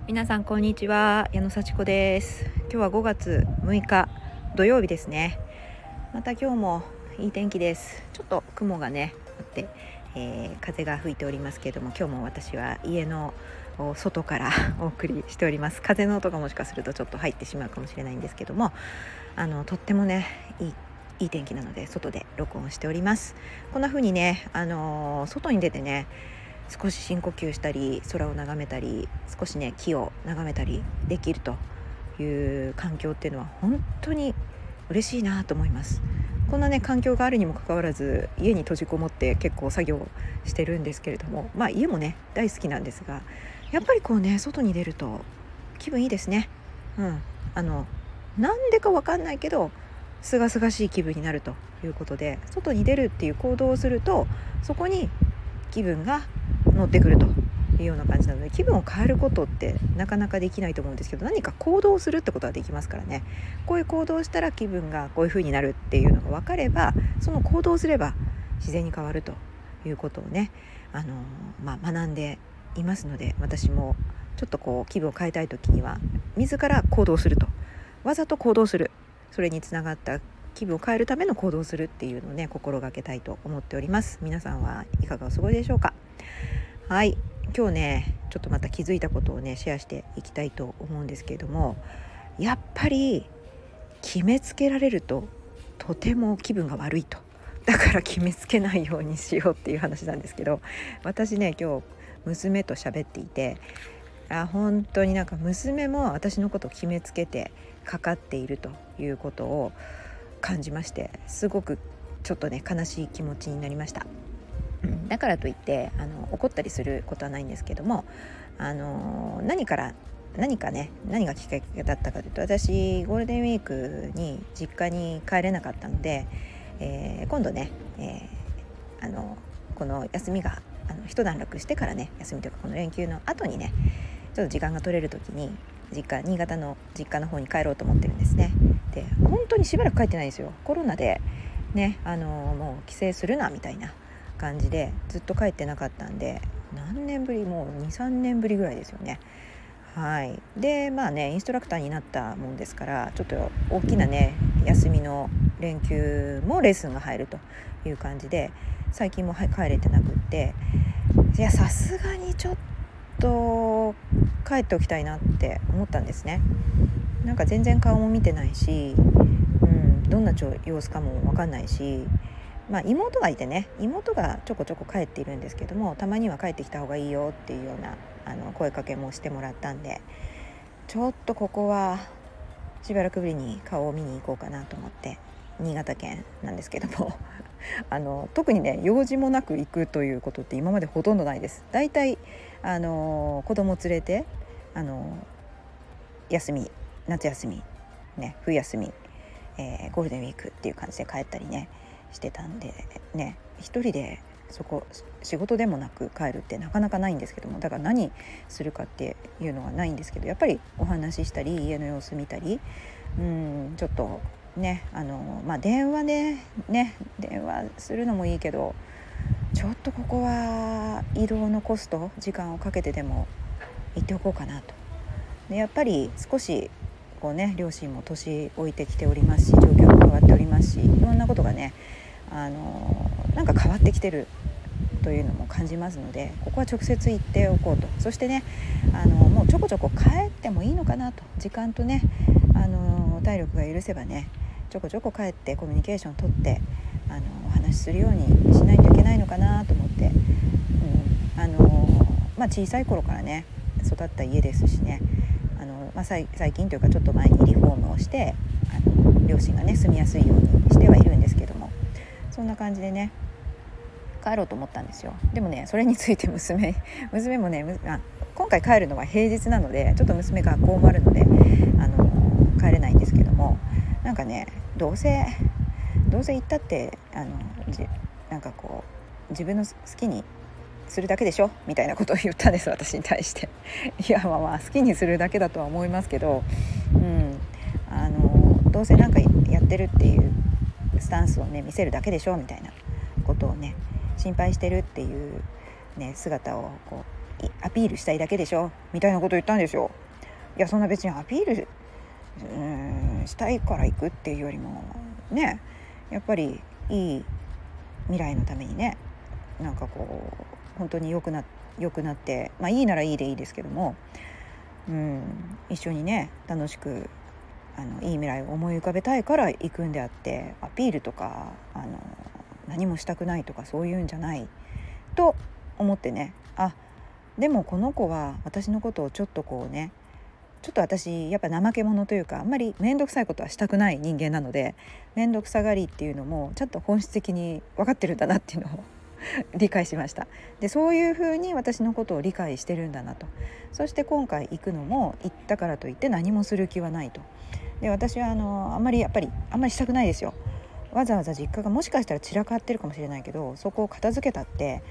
皆さんこんにちは、矢野幸子です。今日は5月6日土曜日ですね。また今日もいい天気です。ちょっと雲がねあって、風が吹いておりますけれども、今日も私は家の外からお送りしております。風の音がもしかするとちょっと入ってしまうかもしれないんですけども、とってもねいい天気なので外で録音しております。こんな風にね、外に出てね少し深呼吸したり空を眺めたり少しね木を眺めたりできるという環境っていうのは本当に嬉しいなと思います。こんなね環境があるにもかかわらず家に閉じこもって結構作業してるんですけれども、家もね大好きなんですが、やっぱりこうね外に出ると気分いいですね。なんでかわかんないけど清々しい気分になるということで、外に出るっていう行動をするとそこに気分が乗ってくるというような感じなので、気分を変えることってなかなかできないと思うんですけど、何か行動するってことはできますからね。こういう行動したら気分がこういう風になるっていうのが分かれば、その行動すれば自然に変わるということをね、学んでいますので、私もちょっとこう気分を変えたい時には自ら行動すると、わざと行動する、それにつながった気分を変えるための行動をするっていうのをね心がけたいと思っております。皆さんはいかがお過ごしでしょうか。はい、今日ねちょっとまた気づいたことをねシェアしていきたいと思うんですけれども、やっぱり決めつけられるととても気分が悪いと。だから決めつけないようにしようっていう話なんですけど、私ね今日娘と喋っていて、本当になんか娘も私のことを決めつけてかかっているということを感じまして、すごくちょっとね悲しい気持ちになりました。だからといって怒ったりすることはないんですけども、何がきっかけだったかというと、私ゴールデンウィークに実家に帰れなかったので、今度ね、この休みが一段落してからね、休みというかこの連休の後にねちょっと時間が取れる時に新潟の実家の方に帰ろうと思ってるんですね。で本当にしばらく帰ってないんですよ。コロナでねもう帰省するなみたいな感じでずっと帰ってなかったんで、何年ぶり、もう 2,3 年ぶりぐらいですよね。はい。でインストラクターになったもんですから、ちょっと大きなね休みの連休もレッスンが入るという感じで、最近も帰れてなくって、いやさすがにちょっと帰っておきたいなって思ったんですね。なんか全然顔も見てないし、どんな様子かも分かんないし、妹がいてね、妹がちょこちょこ帰っているんですけども、たまには帰ってきた方がいいよっていうような声かけもしてもらったんで、ちょっとここはしばらくぶりに顔を見に行こうかなと思って、新潟県なんですけども特にね用事もなく行くということって今までほとんどないです。だいたい子供連れて休み、夏休み、冬休み、ゴールデンウィークっていう感じで帰ったりねしてたんでね、一人でそこ仕事でもなく帰るってなかなかないんですけども、だから何するかっていうのはないんですけど、やっぱりお話ししたり家の様子見たり、ちょっとね電話するのもいいけど、ちょっとここは移動のコスト時間をかけてでも行っておこうかなと。でやっぱり少しこうね両親も年老いてきておりますし、状況も変わっておりますし、いろんなことがねなんか変わってきてるというのも感じますので、ここは直接行っておこうと。そしてねもうちょこちょこ帰ってもいいのかなと、時間とね体力が許せばねちょこちょこ帰ってコミュニケーション取ってお話しするようにしないといけないのかなと思って、小さい頃からね育った家ですしね、最近というかちょっと前にリフォームをして両親がね住みやすいようにしてはいるんですけども、そんな感じでね帰ろうと思ったんですよ。でもねそれについて娘もね今回帰るのは平日なので、ちょっと娘学校もあるので帰れないんですけども、なんかねどうせ行ったってなんかこう自分の好きにするだけでしょみたいなことを言ったんです、私に対して。いや好きにするだけだとは思いますけど、どうせなんかやってるっていうスタンスをね見せるだけでしょみたいなことをね心配してるっていうね姿をこアピールしたいだけでしょみたいなこと言ったんですよ。いやそんな別にアピールしたいから行くっていうよりもね、やっぱりいい未来のためにね、なんかこう本当に良くなって、いいならいいでいいですけども、一緒にね楽しくいい未来を思い浮かべたいから行くんであって、アピールとか何もしたくないとかそういうんじゃないと思ってね、でもこの子は私のことをちょっと私やっぱ怠け者というか、あんまり面倒くさいことはしたくない人間なので、面倒くさがりっていうのもちょっと本質的に分かってるんだなっていうのを理解しました。でそういうふうに私のことを理解してるんだなと。そして今回行くのも行ったからといって何もする気はないと。で私はあんまりしたくないですよ。わざわざ実家がもしかしたら散らかってるかもしれないけど、そこを片付けたって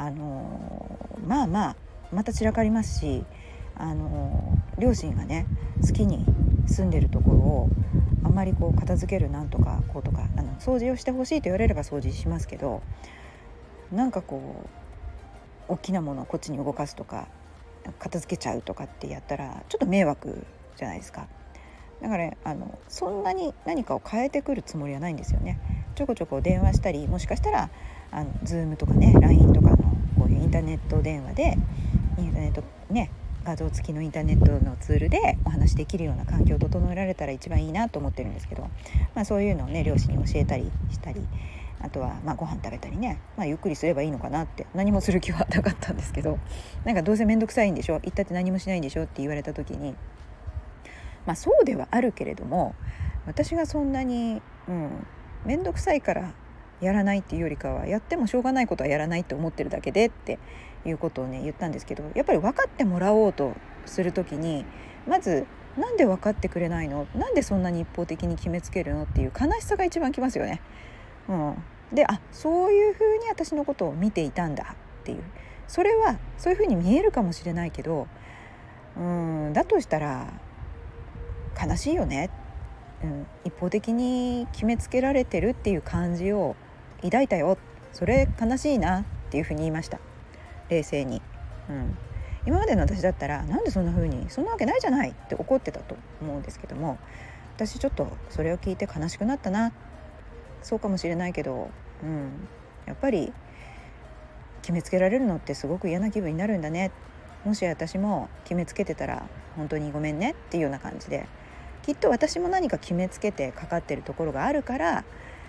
また散らかりますし、両親がね好きに住んでるところをあんまりこう片付けるなんとかこうとか掃除をしてほしいと言われれば掃除しますけど、なんかこう大きなものをこっちに動かすとか片付けちゃうとかってやったらちょっと迷惑じゃないですか。だから、そんなに何かを変えてくるつもりはないんですよね。ちょこちょこ電話したり、もしかしたらZoom とかね LINE とかのこういうインターネット電話で画像付きのインターネットのツールでお話できるような環境を整えられたら一番いいなと思ってるんですけど、そういうのをね両親に教えたりしたり、あとはご飯食べたりね、ゆっくりすればいいのかなって、何もする気はなかったんですけど、なんかどうせめんどくさいんでしょ、行ったって何もしないんでしょって言われた時に、そうではあるけれども、私がそんなにめんどくさいからやらないっていうよりかは、やってもしょうがないことはやらないって思ってるだけでっていうことをね言ったんですけど、やっぱり分かってもらおうとするときに、まずなんで分かってくれないの、なんでそんなに一方的に決めつけるのっていう悲しさが一番きますよね。でそういうふうに私のことを見ていたんだっていう、それはそういうふうに見えるかもしれないけど、だとしたら悲しいよね、一方的に決めつけられてるっていう感じを抱いたよ、それ悲しいなっていうふうに言いました、冷静に。今までの私だったらなんでそんな風に、そんなわけないじゃないって怒ってたと思うんですけども、私ちょっとそれを聞いて悲しくなったな。そうかもしれないけど、やっぱり決めつけられるのってすごく嫌な気分になるんだね、もし私も決めつけてたら本当にごめんねっていうような感じで、きっと私も何か決めつけてかかってるところがあるから、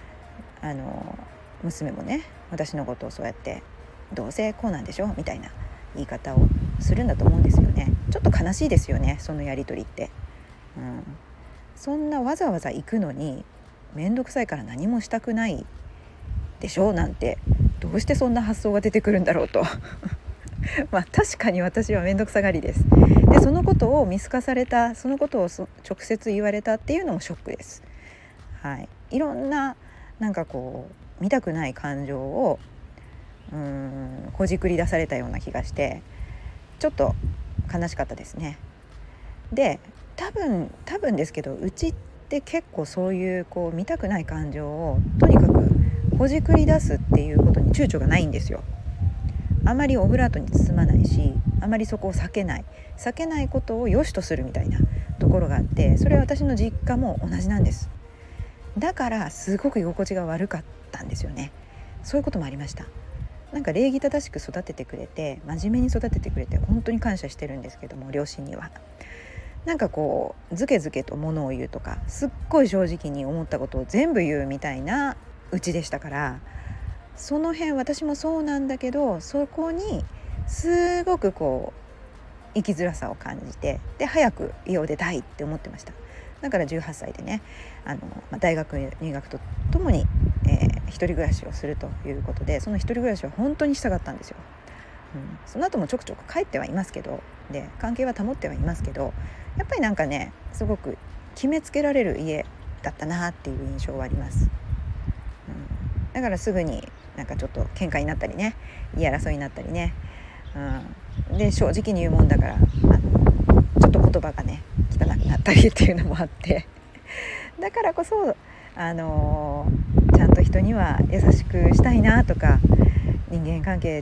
娘もね私のことをそうやってどうせこうなんでしょみたいな言い方をするんだと思うんですよね。ちょっと悲しいですよね、そのやり取りって。そんなわざわざ行くのにめんどくさいから何もしたくないでしょなんて、どうしてそんな発想が出てくるんだろうと確かに私はめんどくさがりです。でそのことを見透かされた、そのことを直接言われたっていうのもショックです。いろんななんかこう見たくない感情をほじくり出されたような気がして、ちょっと悲しかったですね。で多分ですけど、うちって結構そういうこう見たくない感情をとにかくほじくり出すっていうことに躊躇がないんですよ。あまりオブラートに包まないし、あまりそこを避けないことを良しとするみたいなところがあって、それは私の実家も同じなんです。だからすごく居心地が悪かったんですよね。そういうこともありました。なんか礼儀正しく育ててくれて、真面目に育ててくれて本当に感謝してるんですけども、両親にはなんかこうずけずけと物を言うとか、すっごい正直に思ったことを全部言うみたいなうちでしたから、その辺私もそうなんだけど、そこにすごくこう生きづらさを感じて、で早く家を出たいって思ってました。だから18歳でね大学入学とともに、一人暮らしをするということで、その一人暮らしは本当にしたかったんですよ。その後もちょくちょく帰ってはいますけど、で関係は保ってはいますけど、やっぱりなんかねすごく決めつけられる家だったなっていう印象はあります。だからすぐになんかちょっと喧嘩になったりね、言い争いになったりね、で正直に言うもんだからちょっと言葉がね汚くなったりっていうのもあってだからこそちゃんと人には優しくしたいなとか、人間関係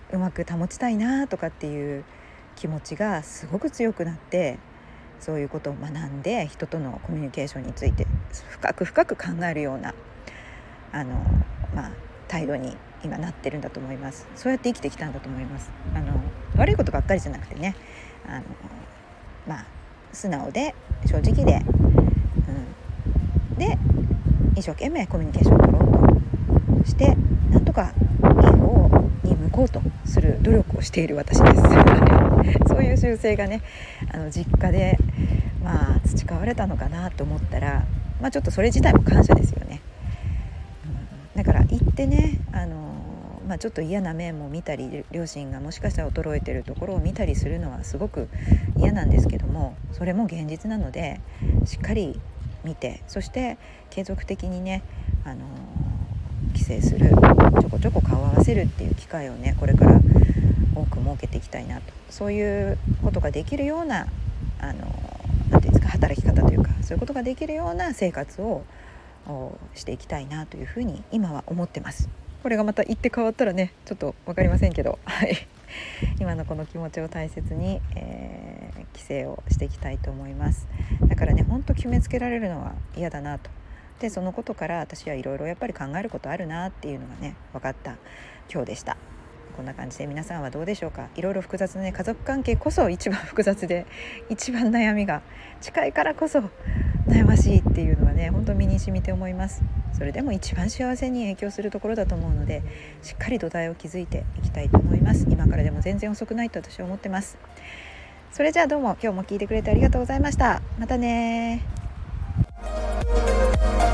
うまく保ちたいなとかっていう気持ちがすごく強くなって、そういうことを学んで人とのコミュニケーションについて深く深く考えるような態度に今なってるんだと思います。そうやって生きてきたんだと思います。悪いことばっかりじゃなくてね、素直で正直で、で一生懸命コミュニケーションを取ろうとしてなんとかいい方に向こうとする努力をしている私ですそういう習性がね実家で培われたのかなと思ったら、ちょっとそれ自体も感謝ですよね。だから行ってねちょっと嫌な面も見たり、両親がもしかしたら衰えてるところを見たりするのはすごく嫌なんですけども、それも現実なのでしっかり見て、そして継続的にね帰省する、ちょこちょこ顔を合わせるっていう機会をねこれから多く設けていきたいなと、そういうことができるようななんていうんですか、働き方というか、そういうことができるような生活をしていきたいなというふうに今は思ってます。これがまた言って変わったらねちょっと分かりませんけど、今のこの気持ちを大切に、帰省をしていきたいと思います。だからね本当決めつけられるのは嫌だなと。でそのことから私はいろいろやっぱり考えることあるなっていうのがね分かった今日でした。こんな感じで皆さんはどうでしょうか。いろいろ複雑なね、家族関係こそ一番複雑で一番悩みが近いからこそ悩ましいっていうのはね本当身に染みて思います。それでも一番幸せに影響するところだと思うので、しっかり土台を築いていきたいと思います。今からでも全然遅くないと私は思ってます。それじゃあどうも今日も聞いてくれてありがとうございました。またね。